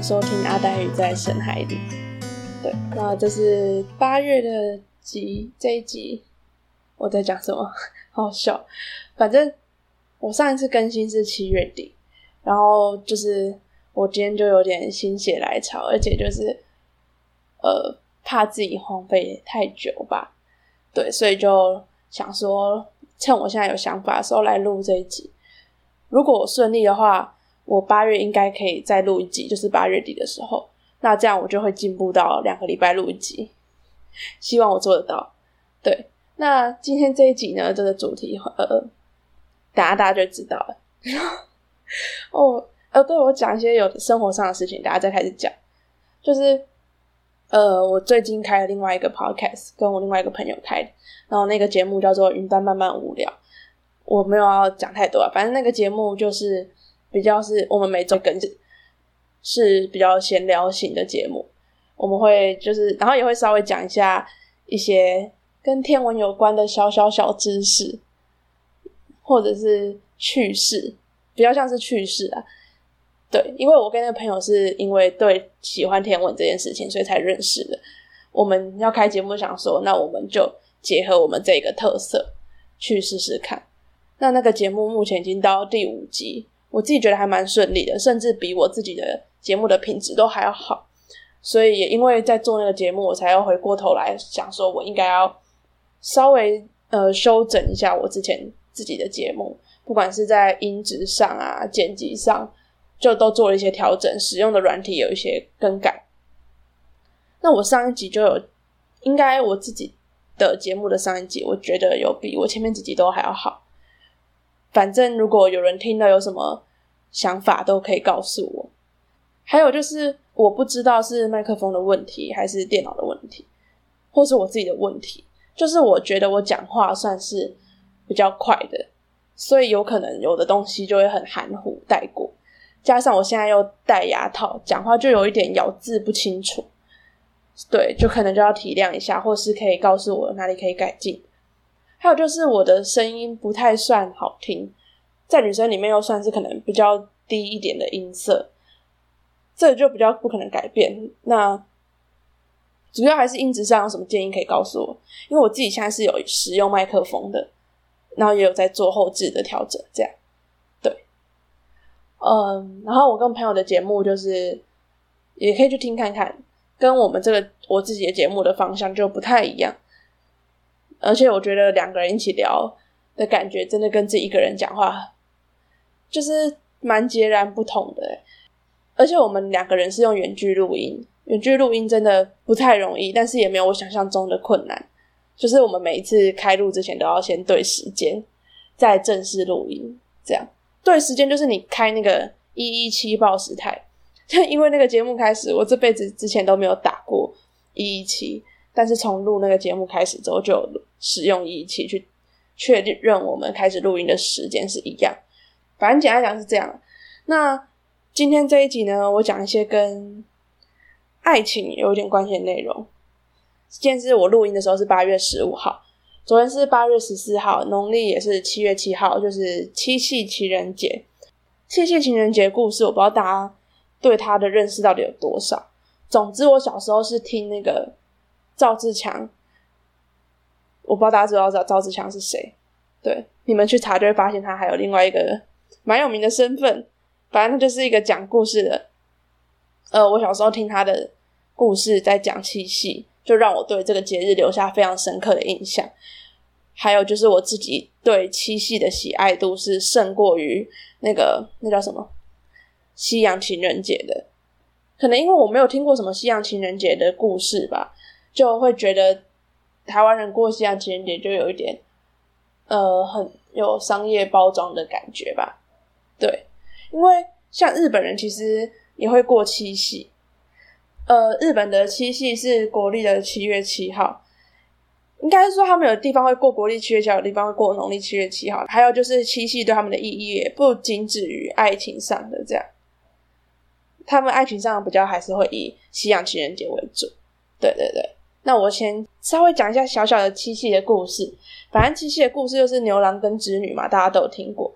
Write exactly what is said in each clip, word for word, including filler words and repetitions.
收听阿呆鱼在深海里。对，那这是八月的集，这一集我在讲什么？好好笑。反正我上一次更新是七月底，然后就是我今天就有点心血来潮，而且就是呃怕自己荒废太久吧，对，所以就想说趁我现在有想法的时候来录这一集。如果我顺利的话，我八月应该可以再录一集，就是八月底的时候，那这样我就会进步到两个礼拜录一集，希望我做得到。对，那今天这一集呢，这个主题呃，等下大家就知道了。哦，呃，对，我讲一些有生活上的事情，大家再开始讲。就是呃，我最近开了另外一个 podcast， 跟我另外一个朋友开的，然后那个节目叫做云端慢慢无聊。我没有要讲太多啊，反正那个节目就是比较是我们每周更新，是比较闲聊型的节目。我们会就是然后也会稍微讲一下一些跟天文有关的小小小知识，或者是趣事，比较像是趣事啊。对，因为我跟那个朋友是因为对喜欢天文这件事情所以才认识的。我们要开节目想说，那我们就结合我们这个特色去试试看。那那个节目目前已经到第五集，我自己觉得还蛮顺利的，甚至比我自己的节目的品质都还要好。所以也因为在做那个节目，我才要回过头来想说我应该要稍微呃修整一下我之前自己的节目，不管是在音质上啊剪辑上就都做了一些调整，使用的软体有一些更改。那我上一集就有应该我自己的节目的上一集我觉得有比我前面几集都还要好。反正如果有人听了有什么想法都可以告诉我。还有就是我不知道是麦克风的问题还是电脑的问题，或是我自己的问题，就是我觉得我讲话算是比较快的，所以有可能有的东西就会很含糊带过，加上我现在又戴牙套，讲话就有一点咬字不清楚。对，就可能就要体谅一下，或是可以告诉我哪里可以改进。还有就是我的声音不太算好听，在女生里面又算是可能比较低一点的音色，这就比较不可能改变。那主要还是音质上有什么建议可以告诉我，因为我自己现在是有使用麦克风的，然后也有在做后置的调整这样。对，嗯，然后我跟朋友的节目就是也可以去听看看，跟我们这个我自己的节目的方向就不太一样。而且我觉得两个人一起聊的感觉真的跟自己一个人讲话就是蛮截然不同的耶。而且我们两个人是用远距录音，远距录音真的不太容易，但是也没有我想象中的困难。就是我们每一次开录之前都要先对时间再正式录音，这样对时间就是你开那个一一七报时态，因为那个节目开始我这辈子之前都没有打过一一七，但是从录那个节目开始之后就有使用一一七去确认我们开始录音的时间是一样。反正简单讲是这样。那今天这一集呢，我讲一些跟爱情有点关系的内容。今天是我录音的时候是八月十五号，昨天是八月十四号，农历也是七月七号，就是七夕情人节。七夕情人节故事我不知道大家对他的认识到底有多少。总之我小时候是听那个赵自强，我不知道大家知道赵自强是谁，对，你们去查就会发现他还有另外一个蛮有名的身份，反正他就是一个讲故事的。呃，我小时候听他的故事在讲七夕，就让我对这个节日留下非常深刻的印象。还有就是我自己对七夕的喜爱度是胜过于那个那叫什么西洋情人节的。可能因为我没有听过什么西洋情人节的故事吧，就会觉得台湾人过西洋情人节就有一点呃很有商业包装的感觉吧。对，因为像日本人其实也会过七夕，呃，日本的七夕是国历的七月七号，应该是说他们有地方会过国历七月七号，有地方会过农历七月七号。还有就是七夕对他们的意义也不仅止于爱情上的这样，他们爱情上比较还是会以西洋情人节为主。对对对，那我先稍微讲一下小小的七夕的故事。反正七夕的故事就是牛郎跟织女嘛，大家都有听过。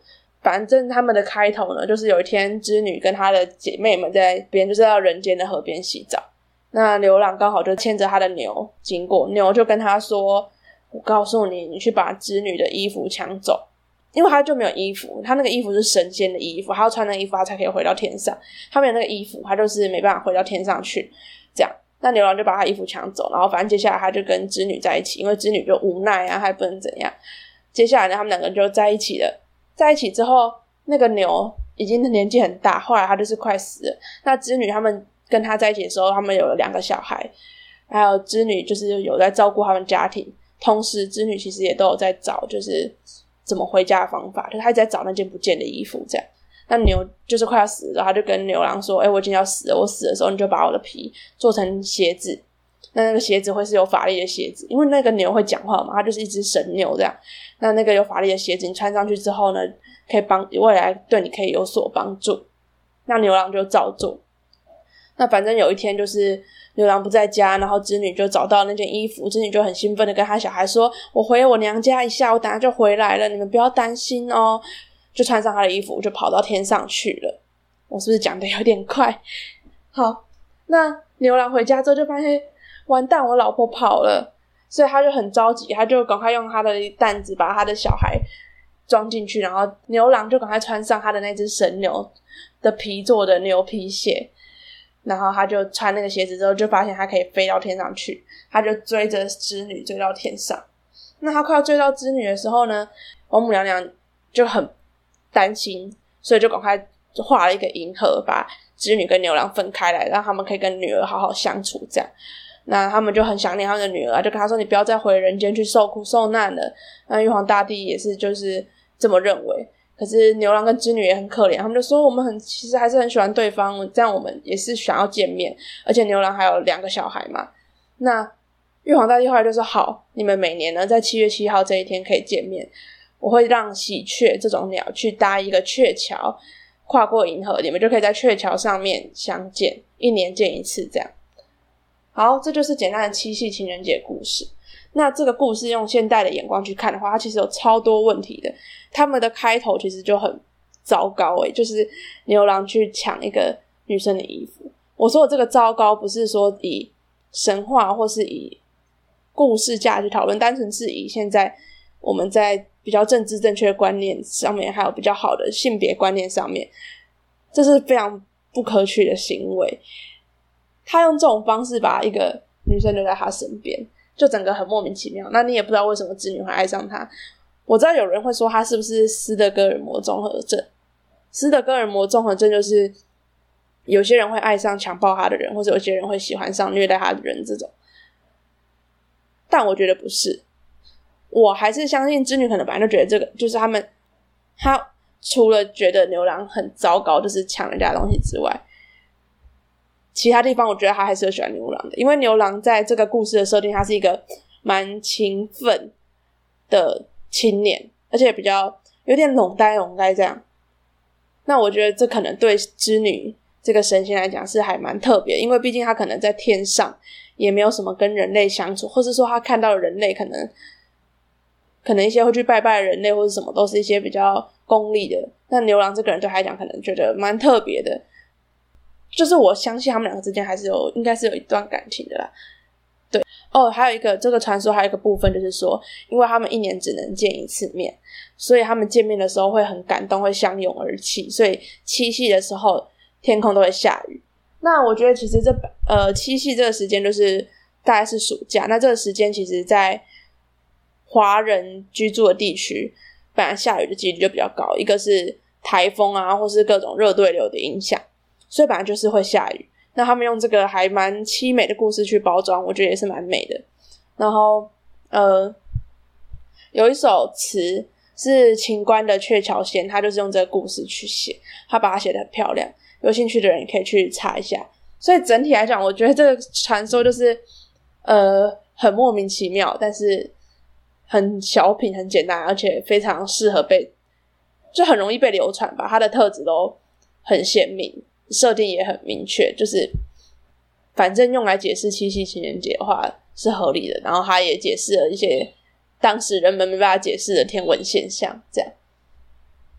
反正他们的开头呢，就是有一天织女跟她的姐妹们在边就是到人间的河边洗澡，那牛郎刚好就牵着他的牛经过，牛就跟他说，我告诉你，你去把织女的衣服抢走，因为他就没有衣服，他那个衣服是神仙的衣服，他要穿那个衣服他才可以回到天上，他没有那个衣服他就是没办法回到天上去，这样那牛郎就把他衣服抢走，然后反正接下来他就跟织女在一起，因为织女就无奈啊，还不能怎样，接下来呢他们两个人就在一起了，在一起之后那个牛已经年纪很大，后来他就是快死了，那织女他们跟他在一起的时候他们有了两个小孩，还有织女就是有在照顾他们家庭，同时织女其实也都有在找就是怎么回家的方法，就是他一直在找那件不见的衣服这样。那牛就是快要死了，他就跟牛郎说，诶、欸、我已经要死了，我死的时候你就把我的皮做成鞋子，那那个鞋子会是有法力的鞋子，因为那个牛会讲话嘛，它就是一只神牛这样，那那个有法力的鞋子你穿上去之后呢，可以帮未来对你可以有所帮助。那牛郎就照做，那反正有一天就是牛郎不在家，然后织女就找到那件衣服，织女就很兴奋的跟她小孩说，我回我娘家一下，我等下就回来了，你们不要担心哦，就穿上她的衣服就跑到天上去了。我是不是讲的有点快？好，那牛郎回家之后就发现完蛋，我老婆跑了，所以他就很着急，他就赶快用他的担子把他的小孩装进去，然后牛郎就赶快穿上他的那只神牛的皮做的牛皮鞋，然后他就穿那个鞋子之后就发现他可以飞到天上去，他就追着织女追到天上。那他快要追到织女的时候呢，王母娘娘就很担心，所以就赶快画了一个银河，把织女跟牛郎分开来，让他们可以跟女儿好好相处这样。那他们就很想念他们的女儿，就跟他说你不要再回人间去受苦受难了。那玉皇大帝也是就是这么认为，可是牛郎跟织女也很可怜，他们就说我们很其实还是很喜欢对方，这样我们也是想要见面，而且牛郎还有两个小孩嘛。那玉皇大帝后来就说好，你们每年呢在七月七号这一天可以见面，我会让喜鹊这种鸟去搭一个鹊桥，跨过银河，你们就可以在鹊桥上面相见，一年见一次这样。好，这就是简单的七夕情人节故事。那这个故事用现代的眼光去看的话，它其实有超多问题的。他们的开头其实就很糟糕诶，就是牛郎去抢一个女生的衣服。我说的这个糟糕不是说以神话或是以故事价值讨论，单纯是以现在我们在比较政治正确的观念上面，还有比较好的性别观念上面，这是非常不可取的行为。他用这种方式把一个女生留在他身边，就整个很莫名其妙。那你也不知道为什么织女会爱上他。我知道有人会说他是不是斯德哥尔摩综合症。斯德哥尔摩综合症就是有些人会爱上强暴他的人，或者有些人会喜欢上虐待他的人这种。但我觉得不是，我还是相信织女可能本来就觉得这个就是他们，他除了觉得牛郎很糟糕，就是抢人家的东西之外，其他地方我觉得他还是很喜欢牛郎的，因为牛郎在这个故事的设定，他是一个蛮勤奋的青年，而且比较有点拢呆拢呆这样。那我觉得这可能对织女这个神仙来讲是还蛮特别，因为毕竟他可能在天上也没有什么跟人类相处，或是说他看到的人类可能可能一些会去拜拜的人类或是什么都是一些比较功利的，那牛郎这个人对他来讲可能觉得蛮特别的，就是我相信他们两个之间还是有应该是有一段感情的啦。对哦，还有一个这个传说还有一个部分就是说，因为他们一年只能见一次面，所以他们见面的时候会很感动，会相拥而泣，所以七夕的时候天空都会下雨。那我觉得其实这呃七夕这个时间就是大概是暑假，那这个时间其实在华人居住的地区本来下雨的几率就比较高，一个是台风啊或是各种热对流的影响，所以本来就是会下雨。那他们用这个还蛮凄美的故事去包装，我觉得也是蛮美的。然后呃有一首词是秦观的《鹊桥仙》，他就是用这个故事去写，他把它写得很漂亮，有兴趣的人也可以去查一下。所以整体来讲，我觉得这个传说就是呃很莫名其妙，但是很小品很简单，而且非常适合被就很容易被流传吧，它的特质都很鲜明，设定也很明确，就是反正用来解释七夕情人节的话是合理的，然后它也解释了一些当时人们没办法解释的天文现象这样。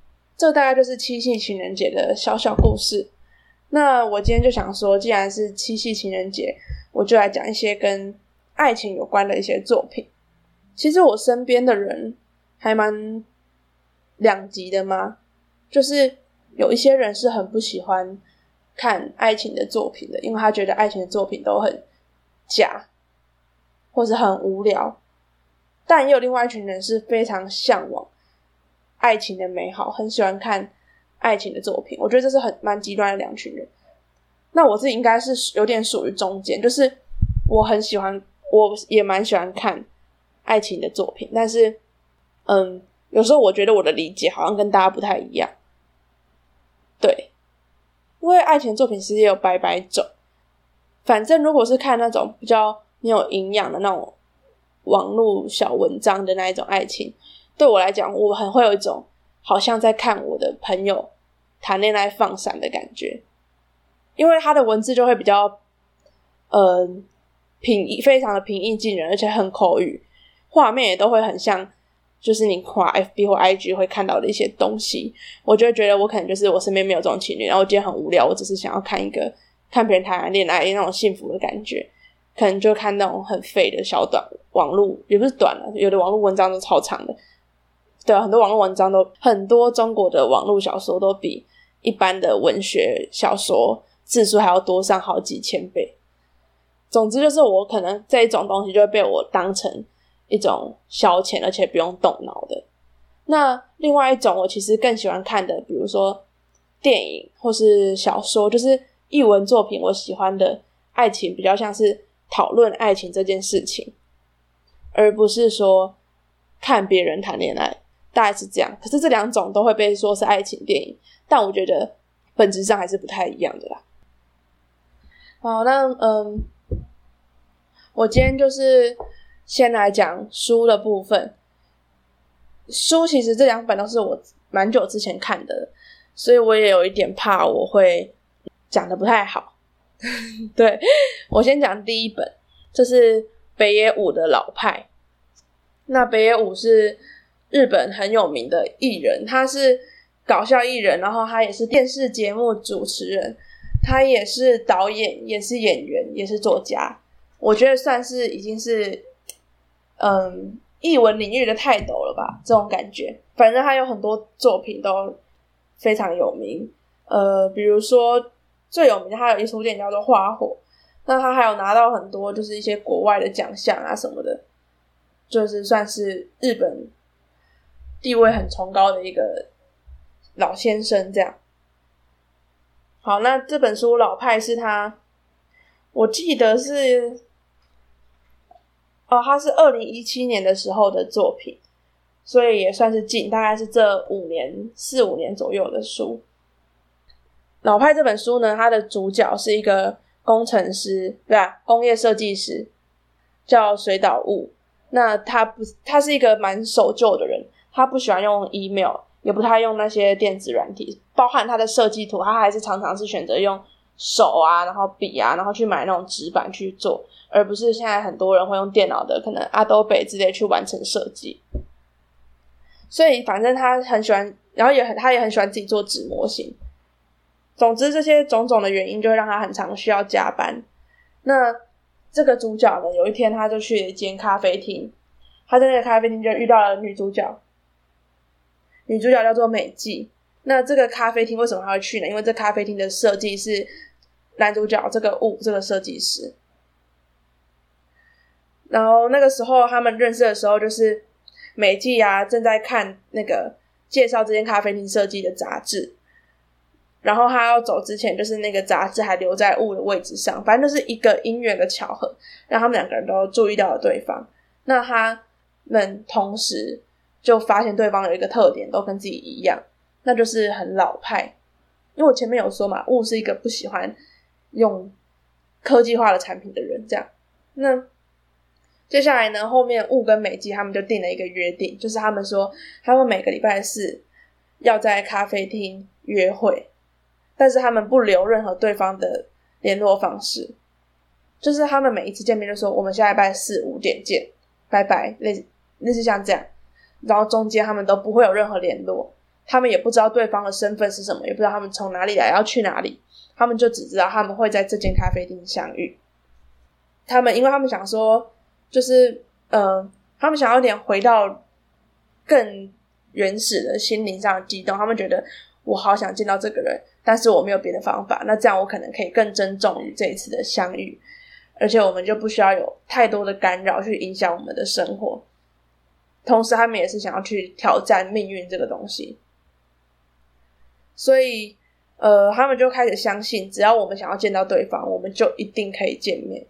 这大概就是七夕情人节的小小故事。那我今天就想说，既然是七夕情人节，我就来讲一些跟爱情有关的一些作品。其实我身边的人还蛮两极的嘛，就是有一些人是很不喜欢看爱情的作品的，因为他觉得爱情的作品都很假或是很无聊，但也有另外一群人是非常向往爱情的美好，很喜欢看爱情的作品。我觉得这是很蛮极端的两群人。那我自己应该是有点属于中间，就是我很喜欢，我也蛮喜欢看爱情的作品，但是嗯，有时候我觉得我的理解好像跟大家不太一样。对，因为爱情的作品其实也有百百种，反正如果是看那种比较没有营养的那种网络小文章的那一种爱情，对我来讲我很会有一种好像在看我的朋友谈恋爱放闪的感觉，因为他的文字就会比较呃平易，非常的平易近人，而且很口语，画面也都会很像就是你滑 F B 或 I G 会看到的一些东西。我就会觉得我可能就是我身边没有这种情侣，然后我今天很无聊，我只是想要看一个看别人谈恋爱那种幸福的感觉，可能就看那种很废的小短网络，也不是短了，有的网络文章都超长的。对啊，很多网络文章都，很多中国的网络小说都比一般的文学小说字数还要多上好几千倍。总之就是我可能这一种东西就会被我当成一种消遣，而且不用动脑的。那另外一种我其实更喜欢看的，比如说电影或是小说，就是艺文作品，我喜欢的爱情比较像是讨论爱情这件事情，而不是说看别人谈恋爱，大概是这样。可是这两种都会被说是爱情电影，但我觉得本质上还是不太一样的啦。好，那嗯，我今天就是先来讲书的部分。书其实这两本都是我蛮久之前看的，所以我也有一点怕我会讲得不太好。对，我先讲第一本，这是北野武的老派。那北野武是日本很有名的艺人，他是搞笑艺人，然后他也是电视节目主持人，他也是导演，也是演员，也是作家。我觉得算是已经是嗯艺文领域的泰斗了吧，这种感觉。反正他有很多作品都非常有名，呃，比如说最有名的他有一出电影叫做《花火》，那他还有拿到很多就是一些国外的奖项啊什么的，就是算是日本地位很崇高的一个老先生这样。好，那这本书老派是他，我记得是哦，他是二零一七年的时候的作品，所以也算是近，大概是这五年四五年左右的书。老派这本书呢，它的主角是一个工程师，对吧？工业设计师，叫水岛悟。那他不，他是一个蛮守旧的人，他不喜欢用 email， 也不太用那些电子软体，包含他的设计图，他还是常常是选择用手啊，然后笔啊，然后去买那种纸板去做，而不是现在很多人会用电脑的可能 Adobe 之类去完成设计。所以反正他很喜欢，然后也很他也很喜欢自己做纸模型。总之这些种种的原因就会让他很常需要加班。那这个主角呢，有一天他就去了一间咖啡厅，他在那个咖啡厅就遇到了女主角，女主角叫做美纪。那这个咖啡厅为什么他会去呢？因为这咖啡厅的设计是男主角这个悟这个设计师。然后那个时候他们认识的时候，就是美纪啊正在看那个介绍这间咖啡厅设计的杂志，然后他要走之前，就是那个杂志还留在悟的位置上，反正就是一个因缘的巧合，让他们两个人都注意到了对方。那他们同时就发现对方有一个特点都跟自己一样，那就是很老派。因为我前面有说嘛，悟是一个不喜欢用科技化的产品的人这样。那接下来呢，后面悟跟美纪他们就定了一个约定，就是他们说他们每个礼拜四要在咖啡厅约会，但是他们不留任何对方的联络方式，就是他们每一次见面就说我们下礼拜四五点见，拜拜，类似类似像这样，然后中间他们都不会有任何联络， 他们也不知道对方的身份是什么，也不知道他们从哪里来要去哪里，他们就只知道他们会在这间咖啡厅相遇。他们因为他们想说就是呃，他们想要有点回到更原始的心灵上的激动，他们觉得我好想见到这个人，但是我没有别的方法，那这样我可能可以更珍重于这一次的相遇，而且我们就不需要有太多的干扰去影响我们的生活。同时他们也是想要去挑战命运这个东西，所以呃，他们就开始相信只要我们想要见到对方，我们就一定可以见面。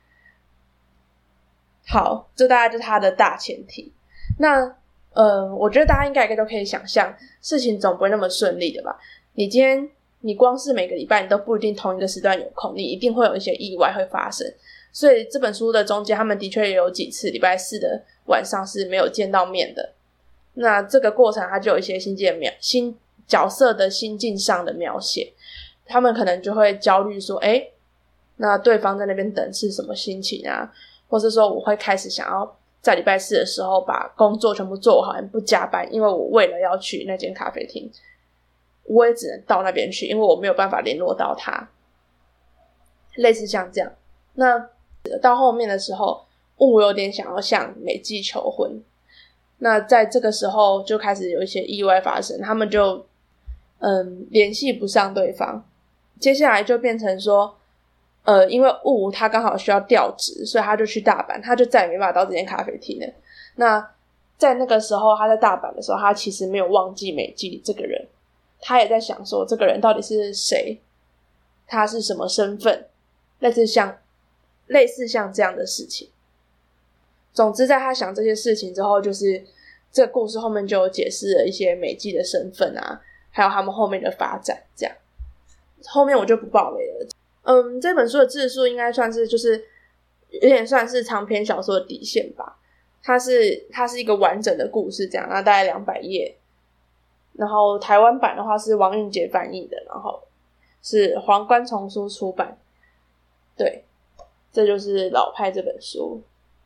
好，这大概就是他的大前提。那呃，我觉得大家应该都可以想象，事情总不会那么顺利的吧。你今天你光是每个礼拜你都不一定同一个时段有空，你一定会有一些意外会发生。所以这本书的中间他们的确也有几次礼拜四的晚上是没有见到面的。那这个过程它就有一些心境的描新角色的心境上的描写，他们可能就会焦虑说，诶，那对方在那边等是什么心情啊，或是说我会开始想要在礼拜四的时候把工作全部做好，不加班，因为我为了要去那间咖啡厅，我也只能到那边去，因为我没有办法联络到他，类似像这样。那到后面的时候，雾有点想要向美纪求婚，那在这个时候就开始有一些意外发生，他们就嗯联系不上对方，接下来就变成说呃，因为雾他刚好需要调职，所以他就去大阪，他就再也没办法到这间咖啡厅了。那在那个时候他在大阪的时候，他其实没有忘记美纪这个人，他也在想说这个人到底是谁，他是什么身份，类似像类似像这样的事情。总之在他想这些事情之后，就是这个故事后面就有解释了一些美纪的身份啊，还有他们后面的发展，这样后面我就不爆雷了。嗯，这本书的字数应该算是就是有点算是长篇小说的底线吧，它是它是一个完整的故事这样，那大概两百页，然后台湾版的话是王韵杰翻译的，然后是皇冠丛书出版。对，这就是老派这本书。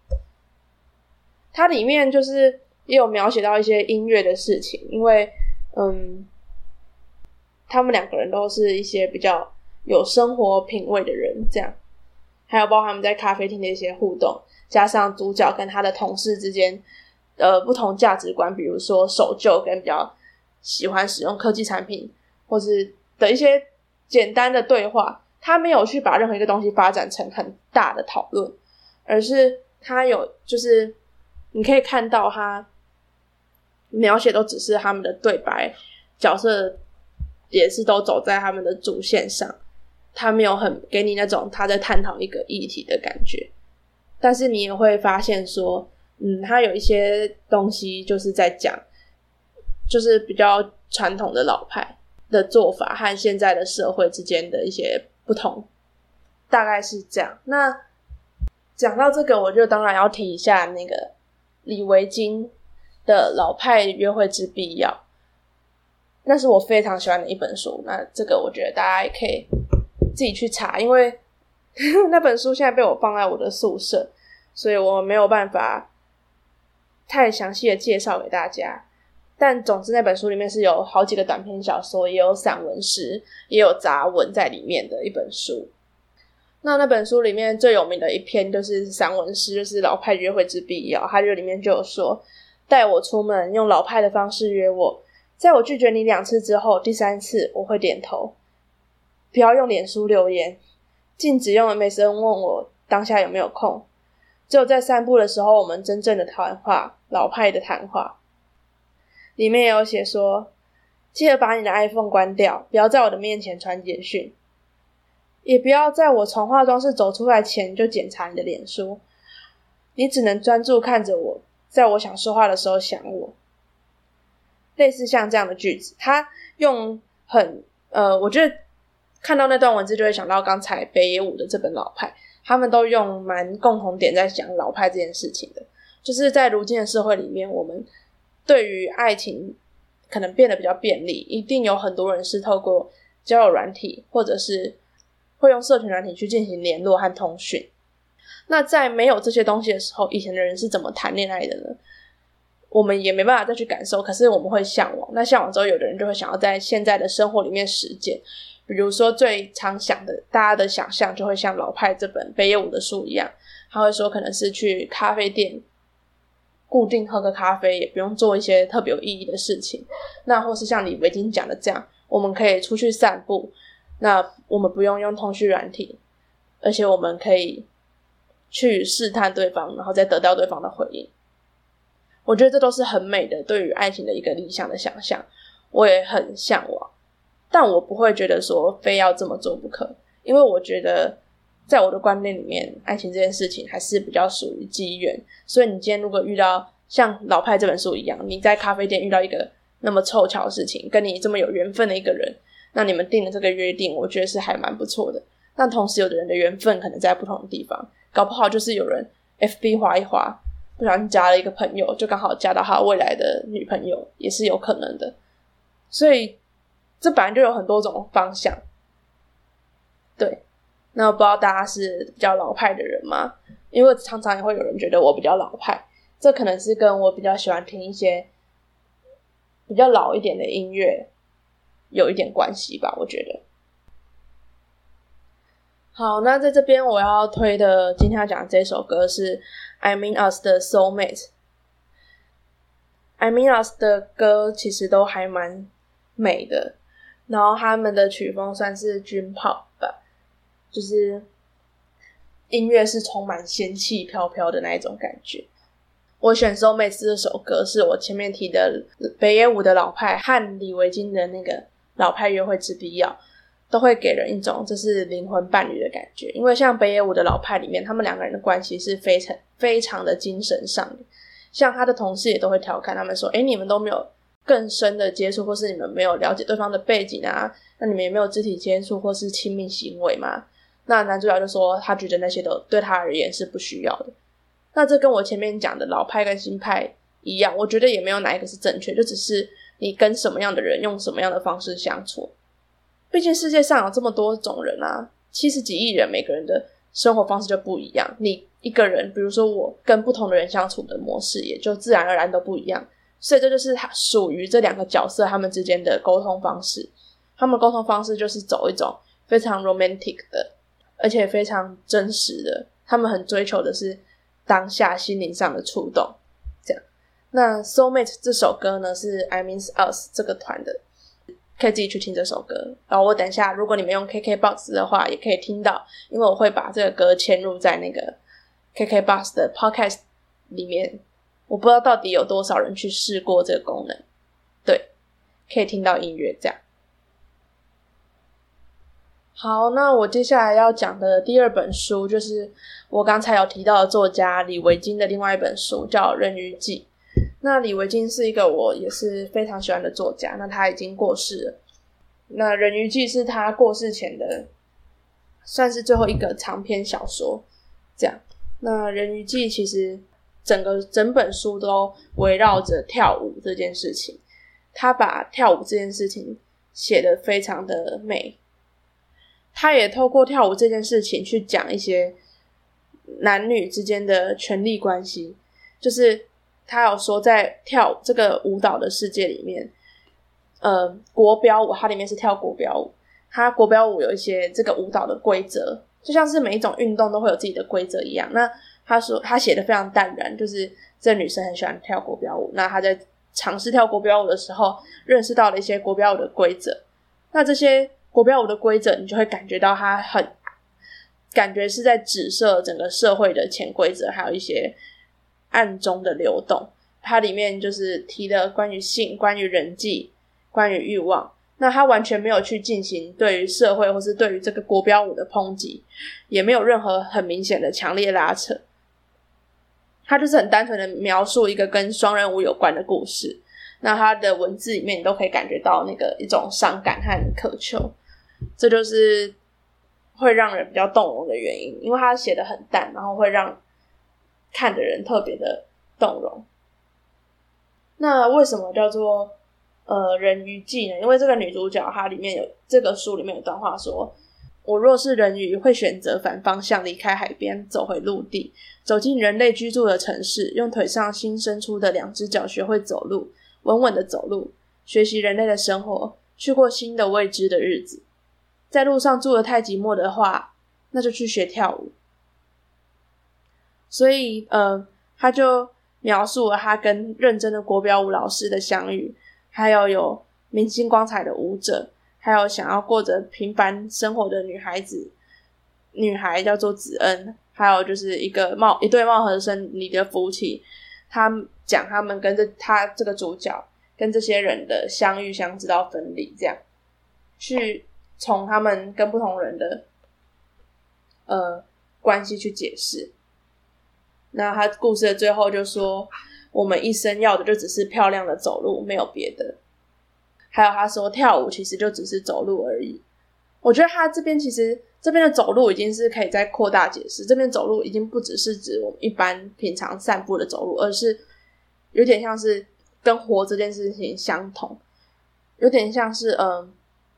它里面就是也有描写到一些音乐的事情，因为嗯，他们两个人都是一些比较有生活品味的人这样，还有包括他们在咖啡厅的一些互动，加上主角跟他的同事之间呃不同价值观，比如说守旧跟比较喜欢使用科技产品或是的一些简单的对话，他没有去把任何一个东西发展成很大的讨论，而是他有就是你可以看到他描写都只是他们的对白，角色也是都走在他们的主线上，他没有很给你那种他在探讨一个议题的感觉，但是你也会发现说嗯，他有一些东西就是在讲就是比较传统的老派的做法和现在的社会之间的一些不同，大概是这样。那讲到这个，我就当然要提一下那个李维京的老派约会之必要，那是我非常喜欢的一本书，那这个我觉得大家也可以自己去查，因为那本书现在被我放在我的宿舍，所以我没有办法太详细的介绍给大家，但总之那本书里面是有好几个短篇小说，也有散文诗，也有杂文在里面的一本书。那那本书里面最有名的一篇就是散文诗，就是老派约会之必要，它就里面就有说，带我出门，用老派的方式约我，在我拒绝你两次之后，第三次我会点头，不要用脸书留言，禁止用 M S N 问我当下有没有空，只有在散步的时候我们真正的谈话，老派的谈话。里面也有写说，记得把你的 iPhone 关掉，不要在我的面前传简讯，也不要在我从化妆室走出来前就检查你的脸书，你只能专注看着我，在我想说话的时候想我。类似像这样的句子，他用很呃，我觉得看到那段文字就会想到刚才北野武的这本老派，他们都用蛮共同点在讲老派这件事情的，就是在如今的社会里面，我们对于爱情可能变得比较便利，一定有很多人是透过交友软体或者是会用社群软体去进行联络和通讯。那在没有这些东西的时候，以前的人是怎么谈恋爱的呢？ 我们也没办法再去感受，可是我们会向往。那向往之后，有的人就会想要在现在的生活里面实践。比如说最常想的，大家的想象就会像老派这本北野武的书一样，他会说可能是去咖啡店固定喝个咖啡，也不用做一些特别有意义的事情。那或是像李维京讲的这样，我们可以出去散步，那我们不用用通讯软体，而且我们可以去试探对方，然后再得到对方的回应。我觉得这都是很美的对于爱情的一个理想的想象，我也很向往，但我不会觉得说非要这么做不可，因为我觉得在我的观念里面，爱情这件事情还是比较属于机缘。所以你今天如果遇到像老派这本书一样，你在咖啡店遇到一个那么凑巧的事情，跟你这么有缘分的一个人，那你们定了这个约定，我觉得是还蛮不错的。但同时有的人的缘分可能在不同的地方，搞不好就是有人 F B 滑一滑不小心加了一个朋友，就刚好加到他未来的女朋友，也是有可能的。所以这本来就有很多种方向。对，那我不知道大家是比较老派的人吗？因为常常也会有人觉得我比较老派，这可能是跟我比较喜欢听一些比较老一点的音乐有一点关系吧，我觉得。好，那在这边我要推的今天要讲的这首歌是 I Mean Us 的 Soulmate。 I Mean Us 的歌其实都还蛮美的，然后他们的曲风算是军炮吧，就是音乐是充满仙气飘飘的那一种感觉。我选 Soulmates 这首歌是我前面提的北野武的老派和李维京的那个老派约会之必要，都会给人一种这是灵魂伴侣的感觉。因为像北野武的老派里面，他们两个人的关系是非常非常的精神上的，像他的同事也都会调侃他们说，诶，你们都没有更深的接触，或是你们没有了解对方的背景啊，那你们也没有肢体接触或是亲密行为嘛？那男主角就说他觉得那些都对他而言是不需要的。那这跟我前面讲的老派跟新派一样，我觉得也没有哪一个是正确，就只是你跟什么样的人用什么样的方式相处。毕竟世界上有这么多种人啊，七十几亿人，每个人的生活方式就不一样，你一个人比如说我跟不同的人相处的模式也就自然而然都不一样。所以这就是属于这两个角色他们之间的沟通方式，他们沟通方式就是走一种非常 romantic 的，而且非常真实的，他们很追求的是当下心灵上的触动。这样，那 Soulmate 这首歌呢是 I Mean Us 这个团的，可以自己去听这首歌。然后我等一下如果你们用 K K B O X 的话也可以听到，因为我会把这个歌嵌入在那个 K K B O X 的 podcast 里面，我不知道到底有多少人去试过这个功能。对，可以听到音乐这样。好，那我接下来要讲的第二本书就是我刚才有提到的作家李维京的另外一本书，叫《人鱼记》。那李维京是一个我也是非常喜欢的作家，那他已经过世了。那《人鱼记》是他过世前的算是最后一个长篇小说这样。那《人鱼记》其实整个整本书都围绕着跳舞这件事情，他把跳舞这件事情写得非常的美，他也透过跳舞这件事情去讲一些男女之间的权力关系。就是他有说在跳舞这个舞蹈的世界里面，呃，国标舞它里面是跳国标舞，它国标舞有一些这个舞蹈的规则，就像是每一种运动都会有自己的规则一样。那他说他写得非常淡然，就是这女生很喜欢跳国标舞，那她在尝试跳国标舞的时候认识到了一些国标舞的规则，那这些国标舞的规则你就会感觉到它很感觉是在指涉整个社会的潜规则，还有一些暗中的流动。它里面就是提了关于性、关于人际、关于欲望，那他完全没有去进行对于社会或是对于这个国标舞的抨击，也没有任何很明显的强烈拉扯，他就是很单纯的描述一个跟双人舞有关的故事。那他的文字里面你都可以感觉到那个一种伤感和渴求，这就是会让人比较动容的原因，因为他写得很淡，然后会让看的人特别的动容。那为什么叫做呃人鱼记呢？因为这个女主角她里面有这个书里面有段话说， 我若是人鱼，会选择反方向离开海边，走回陆地，走进人类居住的城市，用腿上新生出的两只脚学会走路，稳稳的走路，学习人类的生活，去过新的未知的日子。在路上住得太寂寞的话，那就去学跳舞。所以呃，他就描述了他跟认真的国标舞老师的相遇，还有有明星光彩的舞者，还有想要过着平凡生活的女孩子，女孩叫做子恩，还有就是一个貌一对貌合神离的夫妻。他讲他们跟着他这个主角跟这些人的相遇相知到分离，这样去从他们跟不同人的呃关系去解释。那他故事的最后就说，我们一生要的就只是漂亮的走路，没有别的。还有他说跳舞其实就只是走路而已。我觉得他这边其实这边的走路已经是可以再扩大解释，这边走路已经不只是指我们一般平常散步的走路，而是有点像是跟活这件事情相同，有点像是嗯，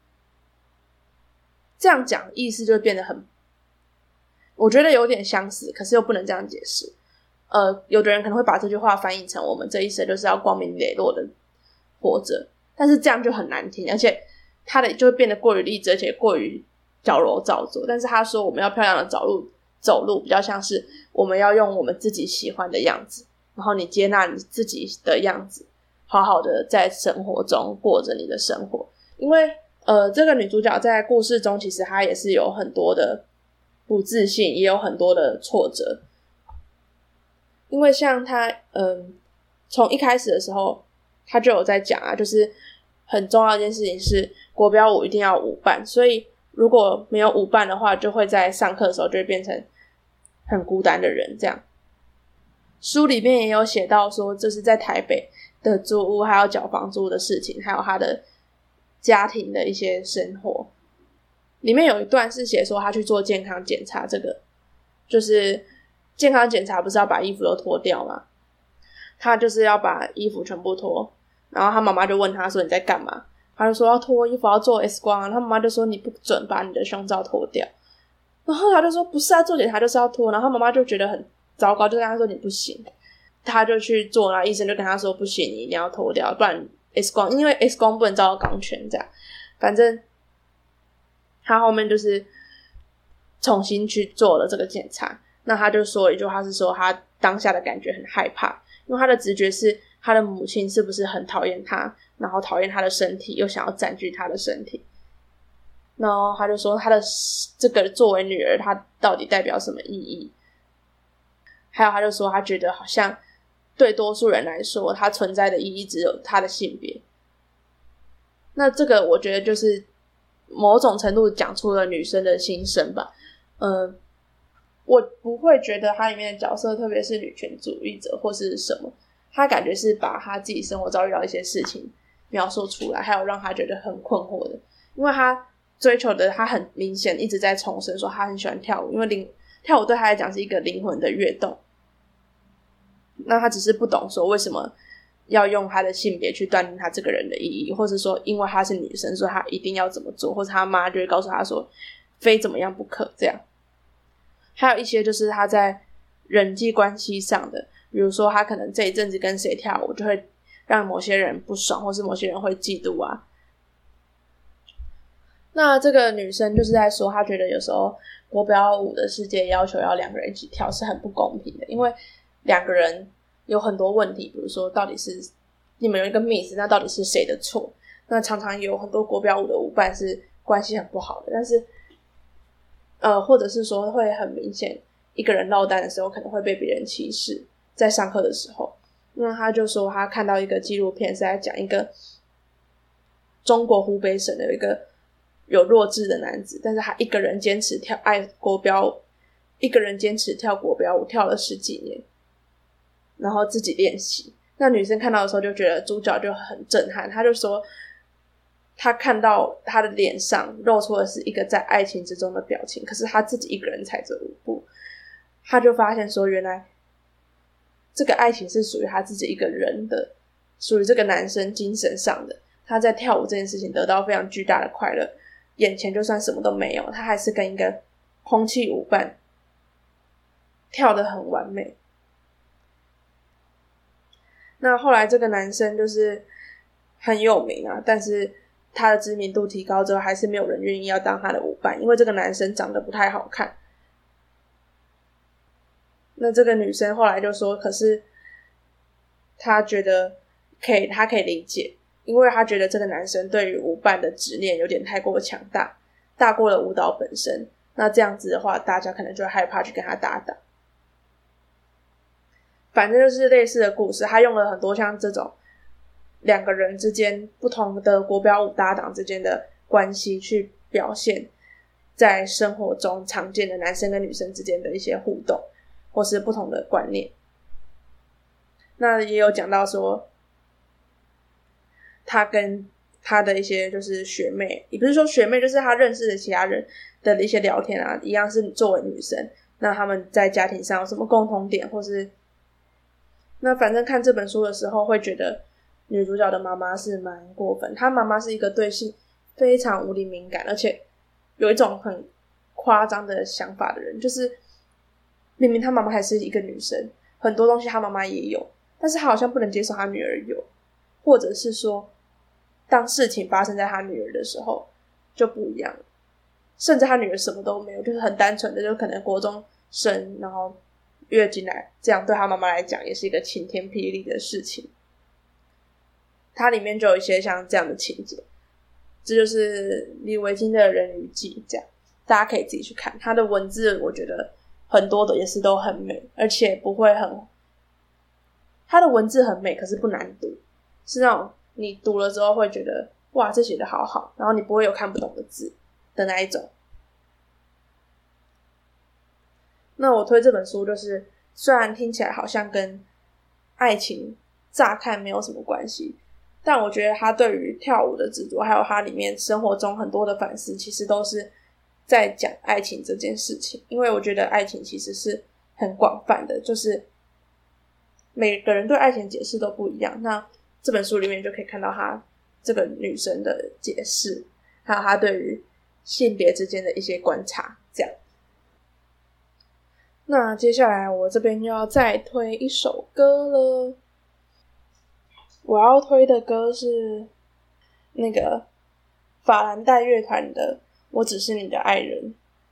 这样讲意思就会变得很，我觉得有点相似，可是又不能这样解释。呃，有的人可能会把这句话翻译成我们这一生就是要光明磊落的活着，但是这样就很难听，而且他的就会变得过于励志，而且过于矫揉造作。但是他说我们要漂亮的走路走路比较像是我们要用我们自己喜欢的样子，然后你接纳你自己的样子，好好的在生活中过着你的生活。因为呃，这个女主角在故事中其实她也是有很多的不自信，也有很多的挫折。因为像她嗯，从一开始的时候她就有在讲啊，就是很重要的一件事情是国标舞一定要舞伴，所以如果没有舞伴的话，就会在上课的时候就会变成很孤单的人这样。书里面也有写到说，这是在台北的租屋还要缴房租的事情，还有他的家庭的一些生活。里面有一段是写说他去做健康检查，这个就是健康检查不是要把衣服都脱掉吗？他就是要把衣服全部脱，然后他妈妈就问他说你在干嘛，他就说要脱衣服要做 X 光啊，他妈妈就说你不准把你的胸罩脱掉，然后他就说不是啊，做检查就是要脱，然后他妈妈就觉得很糟糕，就跟他说你不行，他就去做，然后医生就跟他说不行，你一定要脱掉，不然 X 光，因为 X 光不能照到钢圈这样。反正他后面就是重新去做了这个检查，那他就说一句话是说他当下的感觉很害怕，因为他的直觉是他的母亲是不是很讨厌他，然后讨厌他的身体，又想要占据他的身体。然后他就说他的这个作为女儿他到底代表什么意义，还有他就说他觉得好像对多数人来说他存在的意义只有他的性别。那这个我觉得就是某种程度讲出了女生的心声吧。嗯，我不会觉得他里面的角色特别是女权主义者或是什么，他感觉是把他自己生活遭遇到一些事情描述出来，还有让他觉得很困惑的。因为他追求的他很明显一直在重申说他很喜欢跳舞，因为灵跳舞对他来讲是一个灵魂的跃动，那他只是不懂说为什么要用他的性别去断定他这个人的意义，或是说因为他是女生所以他一定要怎么做，或者他妈就会告诉他说非怎么样不可这样。还有一些就是他在人际关系上的，比如说他可能这一阵子跟谁跳舞就会让某些人不爽，或是某些人会嫉妒啊。那这个女生就是在说她觉得有时候国标舞的世界要求要两个人一起跳是很不公平的，因为两个人有很多问题，比如说到底是你们有一个 miss， 那到底是谁的错？那常常有很多国标舞的舞伴是关系很不好的，但是呃，或者是说会很明显一个人落单的时候可能会被别人歧视，在上课的时候。那他就说他看到一个纪录片是在讲一个中国湖北省的有一个有弱智的男子，但是他一个人坚持跳爱国标舞，一个人坚持跳国标舞跳了十几年，然后自己练习。那女生看到的时候就觉得主角就很震撼，他就说他看到他的脸上露出的是一个在爱情之中的表情，可是他自己一个人踩着舞步，他就发现说原来这个爱情是属于他自己一个人的，属于这个男生精神上的，他在跳舞这件事情得到非常巨大的快乐， 眼前就算什么都没有，他还是跟一个空气舞伴跳得很完美。那后来这个男生就是很有名啊，但是他的知名度提高之后，还是没有人愿意要当他的舞伴，因为这个男生长得不太好看。那这个女生后来就说，可是她觉得可以，她可以理解，因为她觉得这个男生对于舞伴的执念有点太过强大，大过了舞蹈本身。那这样子的话，大家可能就会害怕去跟他搭档。反正就是类似的故事，他用了很多像这种两个人之间不同的国标舞搭档之间的关系，去表现在生活中常见的男生跟女生之间的一些互动，或是不同的观念。那也有讲到说，他跟他的一些就是学妹，也不是说学妹，就是他认识的其他人的一些聊天啊，一样是作为女生，那他们在家庭上有什么共同点，或是那反正看这本书的时候会觉得女主角的妈妈是蛮过分，她妈妈是一个对性非常无敌敏感，而且有一种很夸张的想法的人，就是明明她妈妈还是一个女生，很多东西她妈妈也有，但是她好像不能接受她女儿有，或者是说当事情发生在她女儿的时候就不一样了，甚至她女儿什么都没有，就是很单纯的就可能国中生然后月经来，这样对她妈妈来讲也是一个晴天霹雳的事情。它里面就有一些像这样的情节，这就是李维京的人鱼记，这样大家可以自己去看。它的文字我觉得很多的也是都很美，而且不会很，它的文字很美，可是不难读，是那种你读了之后会觉得哇这写得好好，然后你不会有看不懂的字的那一种。那我推这本书就是虽然听起来好像跟爱情乍看没有什么关系，但我觉得他对于跳舞的执着，还有他里面生活中很多的反思，其实都是在讲爱情这件事情。因为我觉得爱情其实是很广泛的，就是每个人对爱情解释都不一样。那这本书里面就可以看到他这个女生的解释，还有他对于性别之间的一些观察，这样。那接下来我这边又要再推一首歌了，我要推的歌是那个法兰黛乐团的《我只是你的爱人》。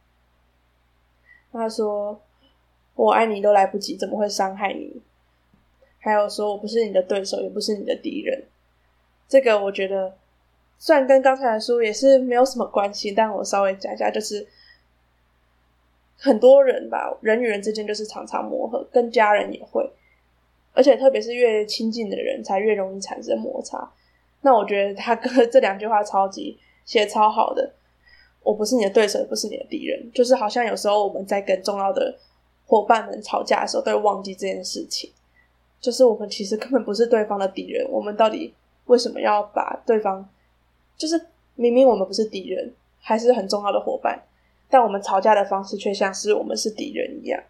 他说我爱你都来不及，怎么会伤害你，还有说我不是你的对手，也不是你的敌人。这个我觉得虽然跟刚才的书也是没有什么关系，但我稍微讲一下，就是很多人吧，人与人之间就是常常磨合，跟家人也会，而且特别是越亲近的人才越容易产生摩擦。那我觉得他跟这两句话超级写超好的，我不是你的对手，也不是你的敌人，就是好像有时候我们在跟重要的伙伴们吵架的时候都会忘记这件事情，就是我们其实根本不是对方的敌人，我们到底为什么要把对方，就是明明我们不是敌人，还是很重要的伙伴，但我们吵架的方式却像是我们是敌人一样。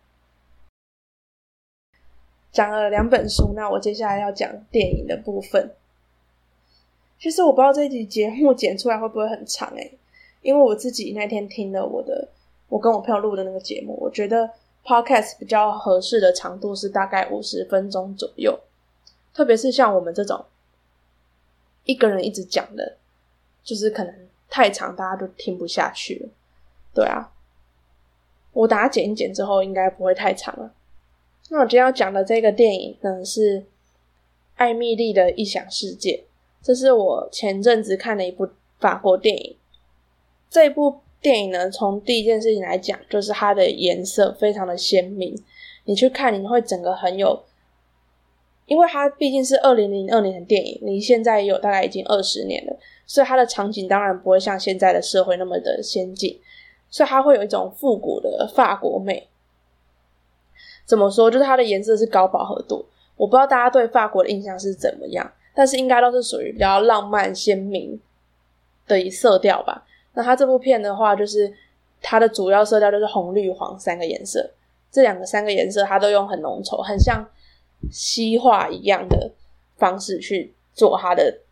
讲了两本书，那我接下来要讲电影的部分。其实我不知道这一集节目剪出来会不会很长欸，因为我自己那天听了我的我跟我朋友录的那个节目，我觉得 podcast 比较合适的长度是大概五十分钟左右，特别是像我们这种一个人一直讲的，就是可能太长大家都听不下去了。对啊，我等下剪一剪之后应该不会太长了。那我今天要讲的这个电影呢是艾蜜莉的异想世界，这是我前阵子看的一部法国电影。这一部电影呢，从第一件事情来讲，就是它的颜色非常的鲜明，你去看你会整个很有，因为它毕竟是二零零二年的电影，离现在也有大概已经二十年了，所以它的场景当然不会像现在的社会那么的先进，所以它会有一种复古的法国美。怎么说，就是它的颜色是高饱和度，我不知道大家对法国的印象是怎么样，但是应该都是属于比较浪漫鲜明的一色调吧。那它这部片的话，就是它的主要色调就是红绿黄三个颜色，这两个三个颜色它都用很浓稠很像西画一样的方式去做它的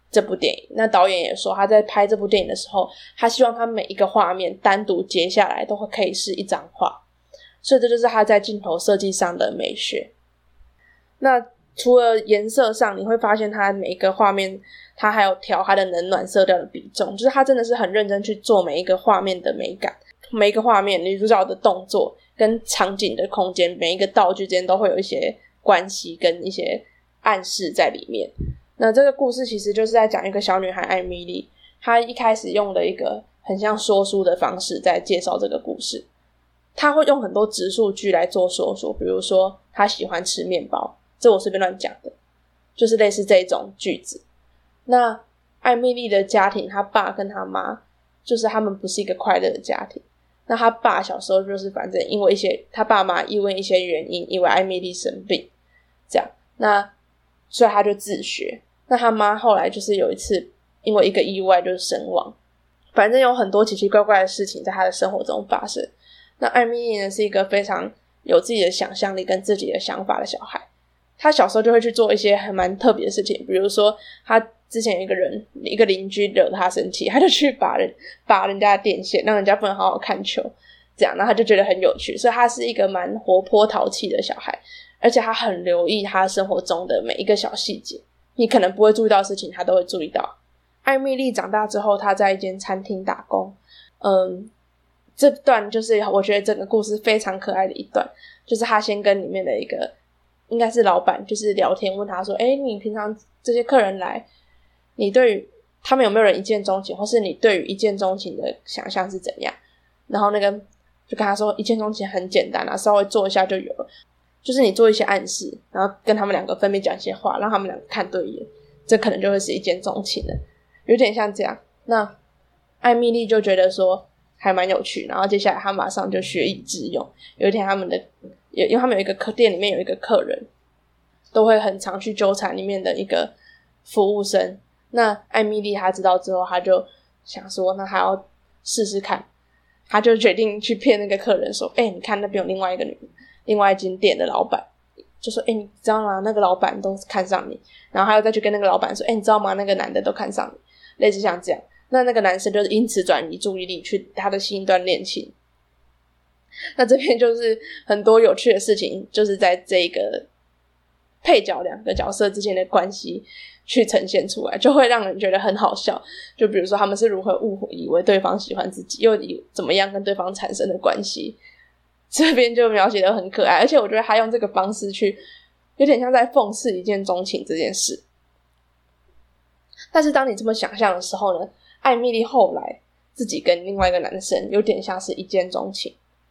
这部电影。那导演也说他在拍这部电影的时候，他希望他每一个画面单独截下来都会可以是一张画，所以这就是他在镜头设计上的美学。那除了颜色上，你会发现他每一个画面他还有调他的冷暖色调的比重，就是他真的是很认真去做每一个画面的美感，每一个画面女主角的动作跟场景的空间，每一个道具之间都会有一些关系跟一些暗示在里面。那这个故事其实就是在讲一个小女孩艾米丽，她一开始用了一个很像说书的方式在介绍这个故事，她会用很多直述句来做说书，比如说她喜欢吃面包，这我随便乱讲的，就是类似这种句子。那艾米丽的家庭，她爸跟她妈就是他们不是一个快乐的家庭，那她爸小时候就是反正因为一些她爸妈因为一些原因，因为艾米丽生病这样，那所以她就自学。那她妈后来就是有一次因为一个意外就是身亡，反正有很多奇奇怪怪的事情在她的生活中发生。那艾米丽呢是一个非常有自己的想象力跟自己的想法的小孩，她小时候就会去做一些还蛮特别的事情，比如说她之前有一个人一个邻居惹她生气，她就去拔人拔人家的电线，让人家不能好好看球这样，然后她就觉得很有趣，所以她是一个蛮活泼淘气的小孩，而且她很留意她生活中的每一个小细节，你可能不会注意到的事情她都会注意到。艾米丽长大之后，她在一间餐厅打工，嗯，这段就是我觉得整个故事非常可爱的一段，就是她先跟里面的一个应该是老板就是聊天，问他说诶你平常这些客人来，你对于他们有没有人一见钟情，或是你对于一见钟情的想象是怎样，然后那个就跟他说一见钟情很简单啊，稍微做一下就有了，就是你做一些暗示，然后跟他们两个分别讲一些话，让他们两个看对眼，这可能就会是一见钟情的，有点像这样。那艾米丽就觉得说还蛮有趣，然后接下来他马上就学以致用。有一天他们的因为他们有一个客店里面有一个客人都会很常去纠缠里面的一个服务生，那艾米丽她知道之后，她就想说那她要试试看，她就决定去骗那个客人说诶、欸、你看那边有另外一个女另外一间店的老板，就说诶、欸、你知道吗那个老板都看上你，然后她又再去跟那个老板说诶、欸、你知道吗那个男的都看上你，类似像这样。那那个男生就是因此转移注意力去他的新一段恋情。那这边就是很多有趣的事情，就是在这个配角两个角色之间的关系去呈现出来，就会让人觉得很好笑。就比如说他们是如何误会以为对方喜欢自己，又以怎么样跟对方产生的关系，这边就描写得很可爱。而且我觉得他用这个方式去有点像在讽刺一见钟情这件事。但是当你这么想象的时候呢，艾米丽后来自己跟另外一个男生有点像是一见钟情，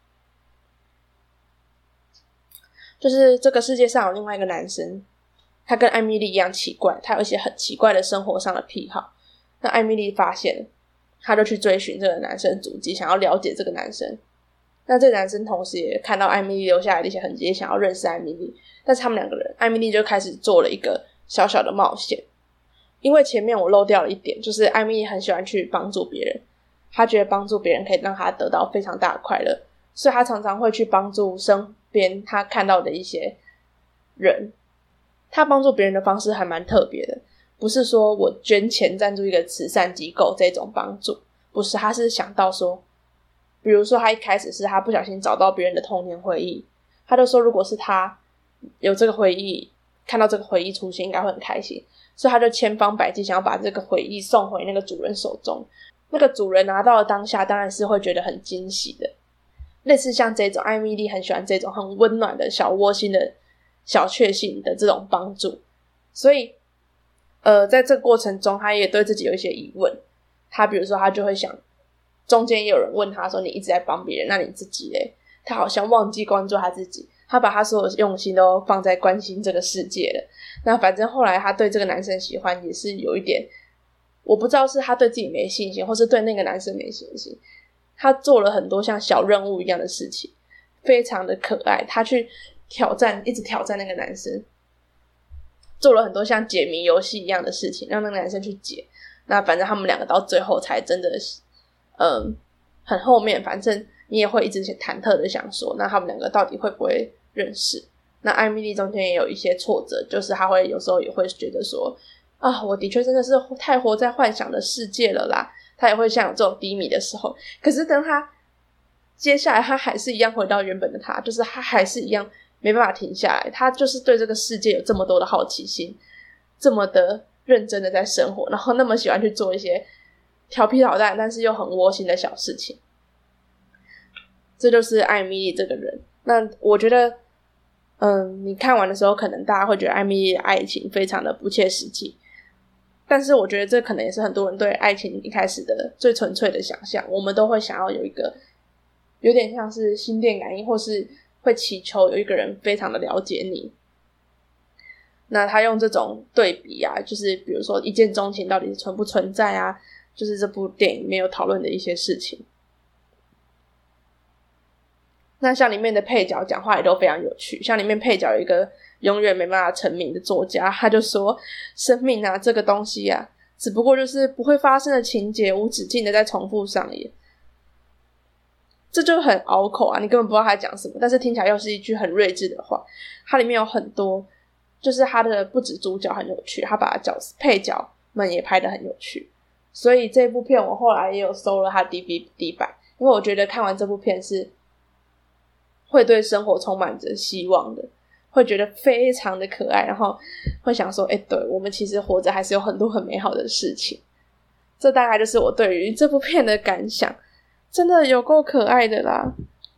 就是这个世界上有另外一个男生，他跟艾米丽一样奇怪，他有一些很奇怪的生活上的癖好。那艾米丽发现了，他就去追寻这个男生的足迹，想要了解这个男生。那这个男生同时也看到艾米丽留下来的一些痕迹，也想要认识艾米丽。但是他们两个人，艾米丽就开始做了一个小小的冒险。因为前面我漏掉了一点，就是艾米丽很喜欢去帮助别人，她觉得帮助别人可以让她得到非常大的快乐，所以她常常会去帮助身边她看到的一些人。她帮助别人的方式还蛮特别的，不是说我捐钱赞助一个慈善机构这种帮助，不是，她是想到说，比如说她一开始是她不小心找到别人的童年回忆，她就说如果是她有这个回忆，看到这个回忆出现应该会很开心，所以他就千方百计想要把这个回忆送回那个主人手中。那个主人拿到了当下当然是会觉得很惊喜的，类似像这种艾米丽很喜欢这种很温暖的小窝心的小确幸的这种帮助。所以呃，在这个过程中他也对自己有一些疑问，他比如说他就会想，中间也有人问他说你一直在帮别人，那你自己咧？他好像忘记关注他自己，他把他所有用心都放在关心这个世界了。那反正后来他对这个男生喜欢也是有一点，我不知道是他对自己没信心，或是对那个男生没信心。他做了很多像小任务一样的事情，非常的可爱。他去挑战，一直挑战那个男生，做了很多像解谜游戏一样的事情，让那个男生去解。那反正他们两个到最后才真的嗯，很后面，反正你也会一直忐忑的想说，那他们两个到底会不会认识。那艾米丽中间也有一些挫折，就是她会有时候也会觉得说啊，我的确真的是太活在幻想的世界了啦，他也会像有这种低迷的时候。可是等他接下来他还是一样回到原本的他，就是他还是一样没办法停下来，他就是对这个世界有这么多的好奇心，这么的认真的在生活，然后那么喜欢去做一些调皮捣蛋但是又很窝心的小事情。这就是艾米丽这个人。那我觉得嗯，你看完的时候可能大家会觉得艾米丽的爱情非常的不切实际，但是我觉得这可能也是很多人对爱情一开始的最纯粹的想象，我们都会想要有一个有点像是心电感应，或是会祈求有一个人非常的了解你。那他用这种对比啊，就是比如说一见钟情到底是存不存在啊，就是这部电影里面有讨论的一些事情。那像里面的配角讲话也都非常有趣，像里面配角有一个永远没办法成名的作家，他就说生命啊这个东西啊只不过就是不会发生的情节无止境的在重复上演。这就很拗口啊，你根本不知道他讲什么，但是听起来又是一句很睿智的话。它里面有很多就是他的不止主角很有趣，他把角色配角们也拍得很有趣，所以这部片我后来也有搜了他 D V D 版，因为我觉得看完这部片是会对生活充满着希望的，会觉得非常的可爱，然后会想说诶对，我们其实活着还是有很多很美好的事情。这大概就是我对于这部片的感想，真的有够可爱的啦。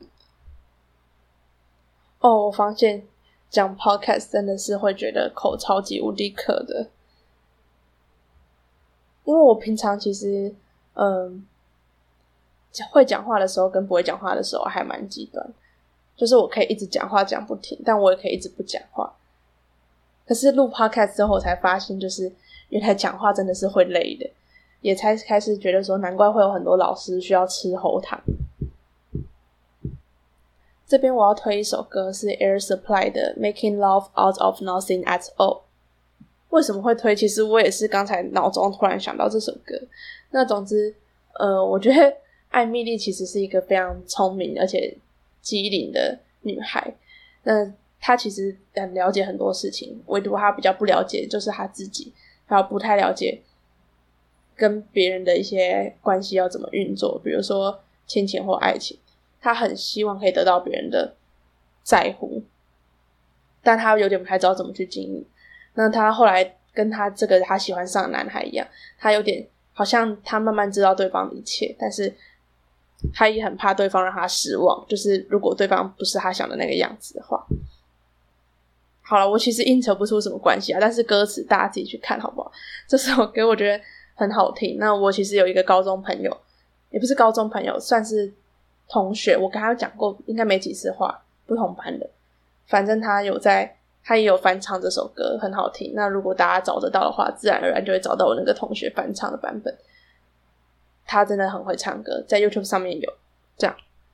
哦，我发现讲 podcast 真的是会觉得口超级无敌渴的，因为我平常其实嗯，会讲话的时候跟不会讲话的时候还蛮极端，就是我可以一直讲话讲不停，但我也可以一直不讲话。可是录 podcast 之后我才发现，就是原来讲话真的是会累的，也才开始觉得说难怪会有很多老师需要吃喉糖。这边我要推一首歌，是 Air Supply 的 Making Love Out of Nothing at All。 为什么会推？其实我也是刚才脑中突然想到这首歌。那总之呃，我觉得艾米丽其实是一个非常聪明而且机灵的女孩，那她其实很了解很多事情，唯独她比较不了解就是她自己，还有不太了解跟别人的一些关系要怎么运作，比如说亲情或爱情。她很希望可以得到别人的在乎，但她有点不太知道怎么去经营。那她后来跟她这个她喜欢上的男孩一样，她有点好像她慢慢知道对方的一切，但是她也很怕对方让她失望，就是如果对方不是她想的那个样子的话。好了，我其实映扯不出什么关系啊，但是歌词大家自己去看好不好？这首歌我觉得很好听。那我其实有一个高中朋友，也不是高中朋友，算是同学，我跟他讲过应该没几次话，不同班的，反正他有在他也有翻唱这首歌，很好听。那如果大家找得到的话，自然而然就会找到我那个同学翻唱的版本。他真的很会唱歌，在 YouTube 上面有。这样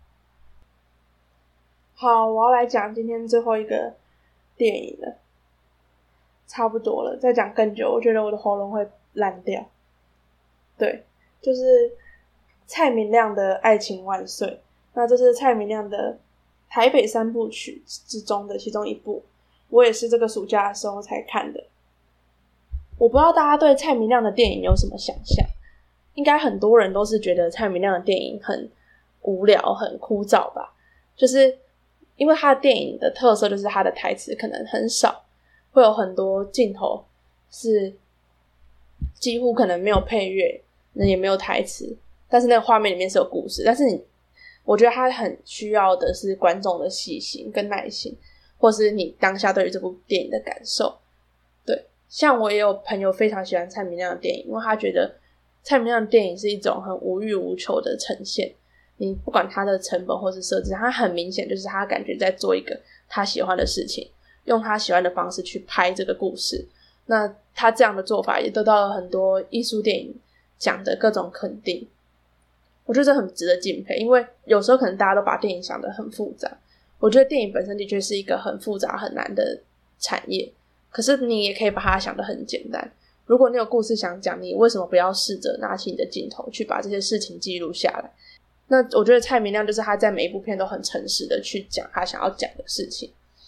好，我要来讲今天最后一个电影了，差不多了，再讲更久我觉得我的喉咙会烂掉。对，就是蔡明亮的《爱情万岁》，那这是蔡明亮的台北三部曲之中的其中一部，我也是这个暑假的时候才看的。我不知道大家对蔡明亮的电影有什么想象，应该很多人都是觉得蔡明亮的电影很无聊很枯燥吧，就是因为他的电影的特色就是他的台词可能很少，会有很多镜头是几乎可能没有配乐，那也没有台词，但是那个画面里面是有故事。但是你我觉得他很需要的是观众的细心跟耐心，或是你当下对于这部电影的感受。对，像我也有朋友非常喜欢蔡明亮的电影，因为他觉得蔡明亮的电影是一种很无欲无求的呈现，你不管他的成本或是设置，他很明显就是他感觉在做一个他喜欢的事情，用他喜欢的方式去拍这个故事。那他这样的做法也得到了很多艺术电影奖的各种肯定，我觉得这很值得敬佩。因为有时候可能大家都把电影想得很复杂，我觉得电影本身的确是一个很复杂很难的产业，可是你也可以把它想得很简单。如果你有故事想讲，你为什么不要试着拿起你的镜头去把这些事情记录下来？那我觉得蔡明亮就是他在每一部片都很诚实的去讲他想要讲的事情。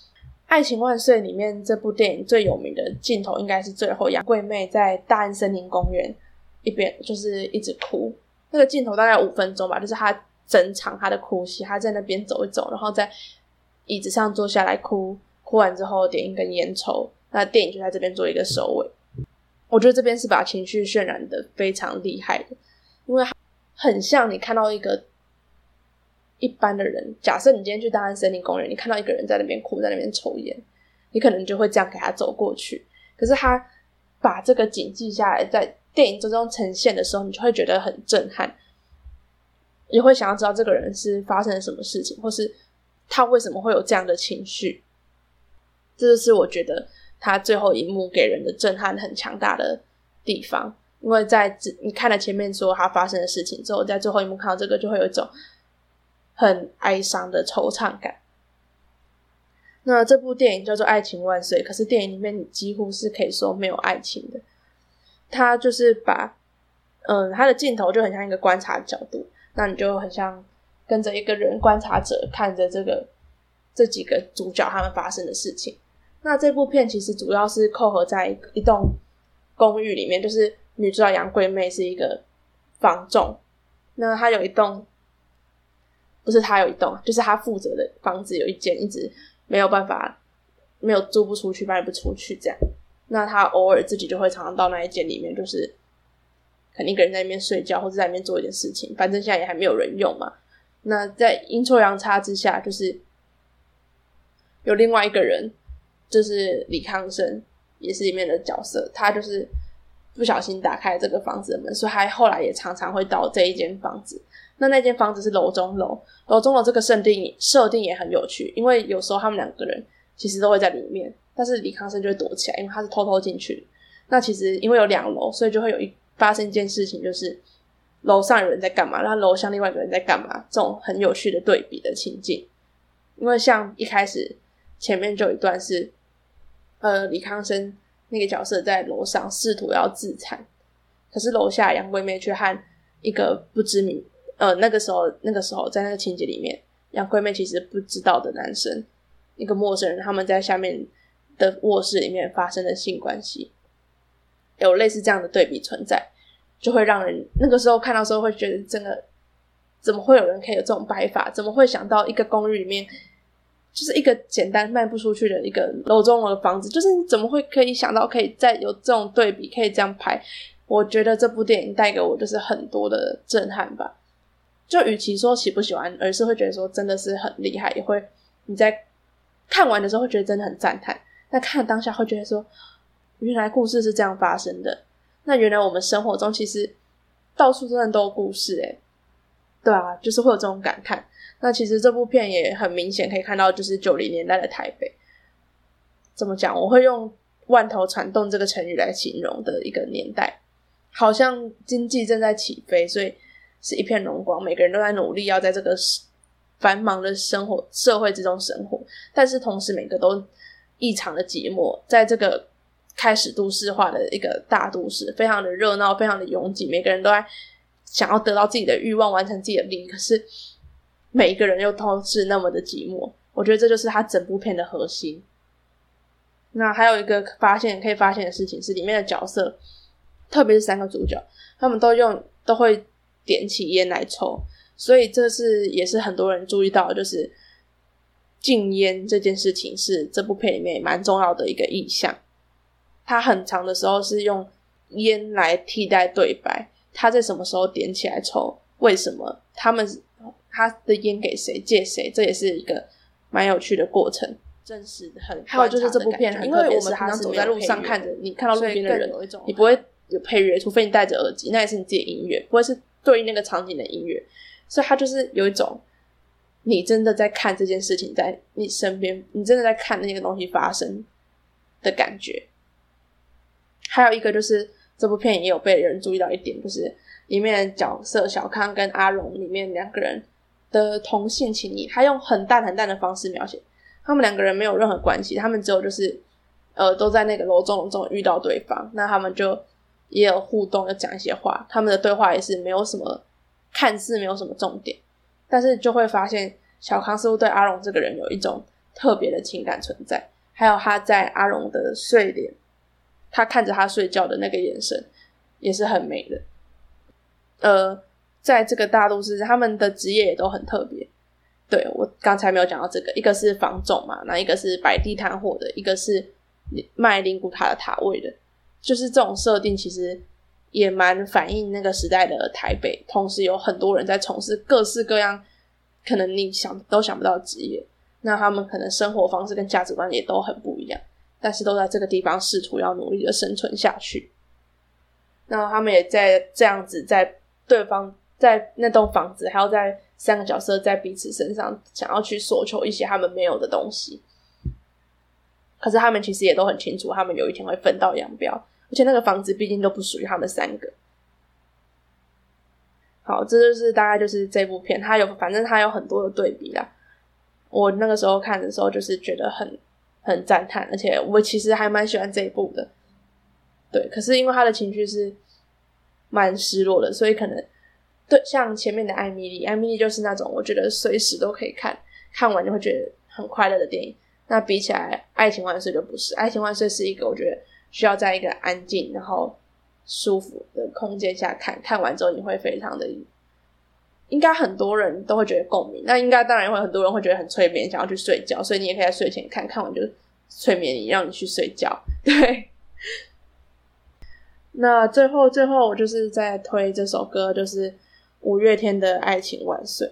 爱情万岁里面这部电影最有名的镜头应该是最后杨贵妹在大安森林公园一边就是一直哭，那个镜头大概五分钟吧，就是她整场她的哭戏，她在那边走一走，然后在椅子上坐下来哭，哭完之后点一根烟抽，那电影就在这边做一个收尾。我觉得这边是把情绪渲染的非常厉害的，因为很像你看到一个一般的人，假设你今天去大安森林公园，你看到一个人在那边哭，在那边抽烟，你可能就会这样给他走过去，可是他把这个景记下来，在电影中呈现的时候，你就会觉得很震撼，也会想要知道这个人是发生了什么事情，或是他为什么会有这样的情绪。这就是我觉得他最后一幕给人的震撼很强大的地方，因为在你看了前面说他发生的事情之后，在最后一幕看到这个，就会有一种很哀伤的惆怅感。那这部电影叫做《爱情万岁》，可是电影里面你几乎是可以说没有爱情的。他就是把嗯，他的镜头就很像一个观察角度，那你就很像跟着一个人观察者看着这个这几个主角他们发生的事情。那这部片其实主要是扣合在一栋公寓里面，就是女主角杨贵妹是一个房仲，那她有一栋不是她有一栋就是她负责的房子有一间一直没有办法没有租不出去卖不出去这样，那她偶尔自己就会常常到那一间里面，就是可能一个人在那边睡觉或者在那边做一点事情，反正现在也还没有人用嘛。那在阴错阳差之下，就是有另外一个人，就是李康生也是里面的角色，他就是不小心打开这个房子的门，所以他后来也常常会到这一间房子。那那间房子是楼中楼，楼中楼这个设定设定也很有趣，因为有时候他们两个人其实都会在里面，但是李康生就会躲起来，因为他是偷偷进去。那其实因为有两楼，所以就会有一发生一件事情，就是楼上有人在干嘛，然后楼下另外一个人在干嘛，这种很有趣的对比的情境。因为像一开始前面就有一段是呃，李康生那个角色在楼上试图要自残，可是楼下杨贵妹却和一个不知名呃，那个时候那个时候在那个情节里面，杨贵妹其实不知道的男生，一个陌生人，他们在下面的卧室里面发生了性关系，有类似这样的对比存在，就会让人那个时候看到的时候会觉得真的怎么会有人可以有这种摆法，怎么会想到一个公寓里面就是一个简单卖不出去的一个楼中楼的房子，就是你怎么会可以想到可以再有这种对比，可以这样拍。我觉得这部电影带给我就是很多的震撼吧，就与其说喜不喜欢，而是会觉得说真的是很厉害，也会你在看完的时候会觉得真的很赞叹，那看当下会觉得说原来故事是这样发生的，那原来我们生活中其实到处真的都有故事耶，对啊，就是会有这种感叹。那其实这部片也很明显可以看到就是九零年代的台北，怎么讲，我会用万头攒动这个成语来形容的一个年代，好像经济正在起飞，所以是一片荣光，每个人都在努力要在这个繁忙的生活社会之中生活，但是同时每个都异常的寂寞，在这个开始都市化的一个大都市，非常的热闹，非常的拥挤，每个人都在想要得到自己的欲望，完成自己的利益，可是每一个人又都是那么的寂寞，我觉得这就是他整部片的核心。那还有一个发现可以发现的事情是，里面的角色特别是三个主角，他们都用都会点起烟来抽，所以这是也是很多人注意到的，就是禁烟这件事情是这部片里面蛮重要的一个意象。他很长的时候是用烟来替代对白，他在什么时候点起来抽，为什么他们他的烟给谁借谁，这也是一个蛮有趣的过程，真实很还有就是这部片因为我们平常走在路上看着你看到路边的人，你不会有配乐，除非你戴着耳机，那也是你自己的音乐，不会是对应那个场景的音乐，所以它就是有一种你真的在看这件事情在你身边，你真的在看那个东西发生的感觉。还有一个就是这部片也有被人注意到一点，就是里面的角色小康跟阿荣里面两个人的同性情谊，他用很淡很淡的方式描写，他们两个人没有任何关系，他们只有就是呃都在那个楼中楼中遇到对方，那他们就也有互动，有讲一些话，他们的对话也是没有什么看似没有什么重点，但是就会发现小康似乎对阿荣这个人有一种特别的情感存在， 还有他在阿荣的睡脸，他看着他睡觉的那个眼神也是很美的。呃，在这个大都市他们的职业也都很特别。对，我刚才没有讲到这个，一个是房仲嘛，那一个是摆地摊货的，一个是卖灵骨塔的塔位的，就是这种设定其实也蛮反映那个时代的台北，同时有很多人在从事各式各样可能你想都想不到的职业，那他们可能生活方式跟价值观也都很不一样，但是都在这个地方试图要努力的生存下去。那他们也在这样子在对方在那栋房子还有在三个角色在彼此身上想要去索求一些他们没有的东西，可是他们其实也都很清楚他们有一天会分道扬镳，而且那个房子毕竟都不属于他们三个。好，这就是大概就是这部片，它有反正它有很多的对比啦。我那个时候看的时候就是觉得很很赞叹，而且我其实还蛮喜欢这一部的。对，可是因为他的情绪是蛮失落的，所以可能对像前面的艾米丽，艾米丽就是那种我觉得随时都可以看，看完就会觉得很快乐的电影。那比起来爱情万岁就不是，爱情万岁是一个我觉得需要在一个安静然后舒服的空间下看，看完之后你会非常的，应该很多人都会觉得共鸣，那应该当然会很多人会觉得很催眠，想要去睡觉，所以你也可以在睡前看，看完就催眠你，让你去睡觉。对，那最后最后我就是在推这首歌，就是五月天的爱情万岁。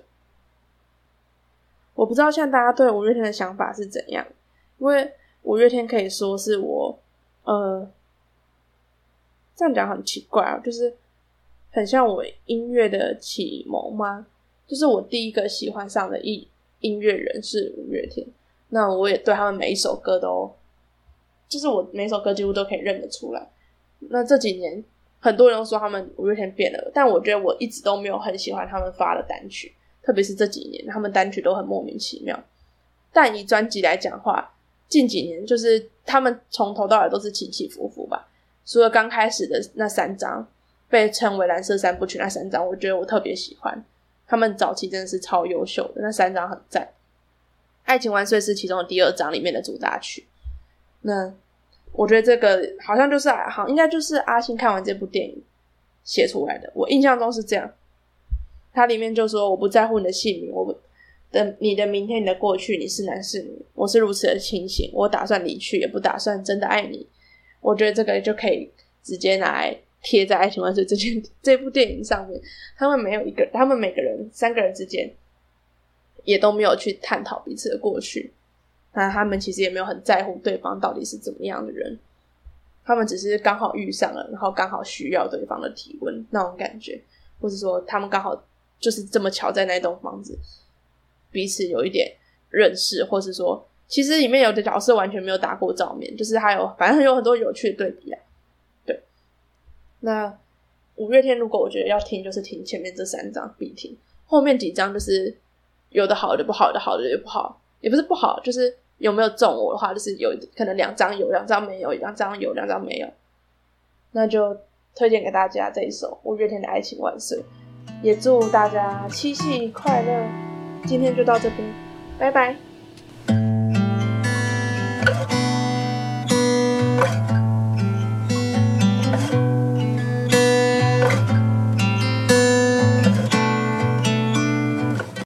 我不知道现在大家对五月天的想法是怎样，因为五月天可以说是我呃这样讲很奇怪啊，就是很像我音乐的启蒙吗？就是我第一个喜欢上的音音乐人是五月天，那我也对他们每一首歌都，就是我每一首歌几乎都可以认得出来。那这几年很多人都说他们五月天变了，但我觉得我一直都没有很喜欢他们发的单曲，特别是这几年他们单曲都很莫名其妙。但以专辑来讲的话，近几年就是他们从头到尾都是起起伏伏吧，除了刚开始的那三张被称为蓝色三部曲那三张，我觉得我特别喜欢，他们早期真的是超优秀的，那三张很赞。爱情万岁是其中的第二张里面的主打曲，那我觉得这个好像就是好应该就是阿信看完这部电影写出来的，我印象中是这样。它里面就说我不在乎你的姓名，我的你的明天你的过去，你是男是女，我是如此的清醒，我打算离去也不打算真的爱你。我觉得这个就可以直接拿来贴在爱情万岁这件这部电影上面，他们没有一个他们每个人三个人之间也都没有去探讨彼此的过去，那他们其实也没有很在乎对方到底是怎么样的人，他们只是刚好遇上了，然后刚好需要对方的体温那种感觉，或者说他们刚好就是这么巧在那栋房子彼此有一点认识，或是说其实里面有的角色完全没有打过照面，就是还有反正有很多有趣的对比啊。对，那五月天如果我觉得要听就是听前面这三张必听，后面几张就是有的好的不好，有的好的也不好，也不是不好，就是有没有中我的话就是有可能两张有两张没有，两张有两张没有，那就推荐给大家这一首五月天的爱情万岁，也祝大家七夕快乐。今天就到这边，拜拜。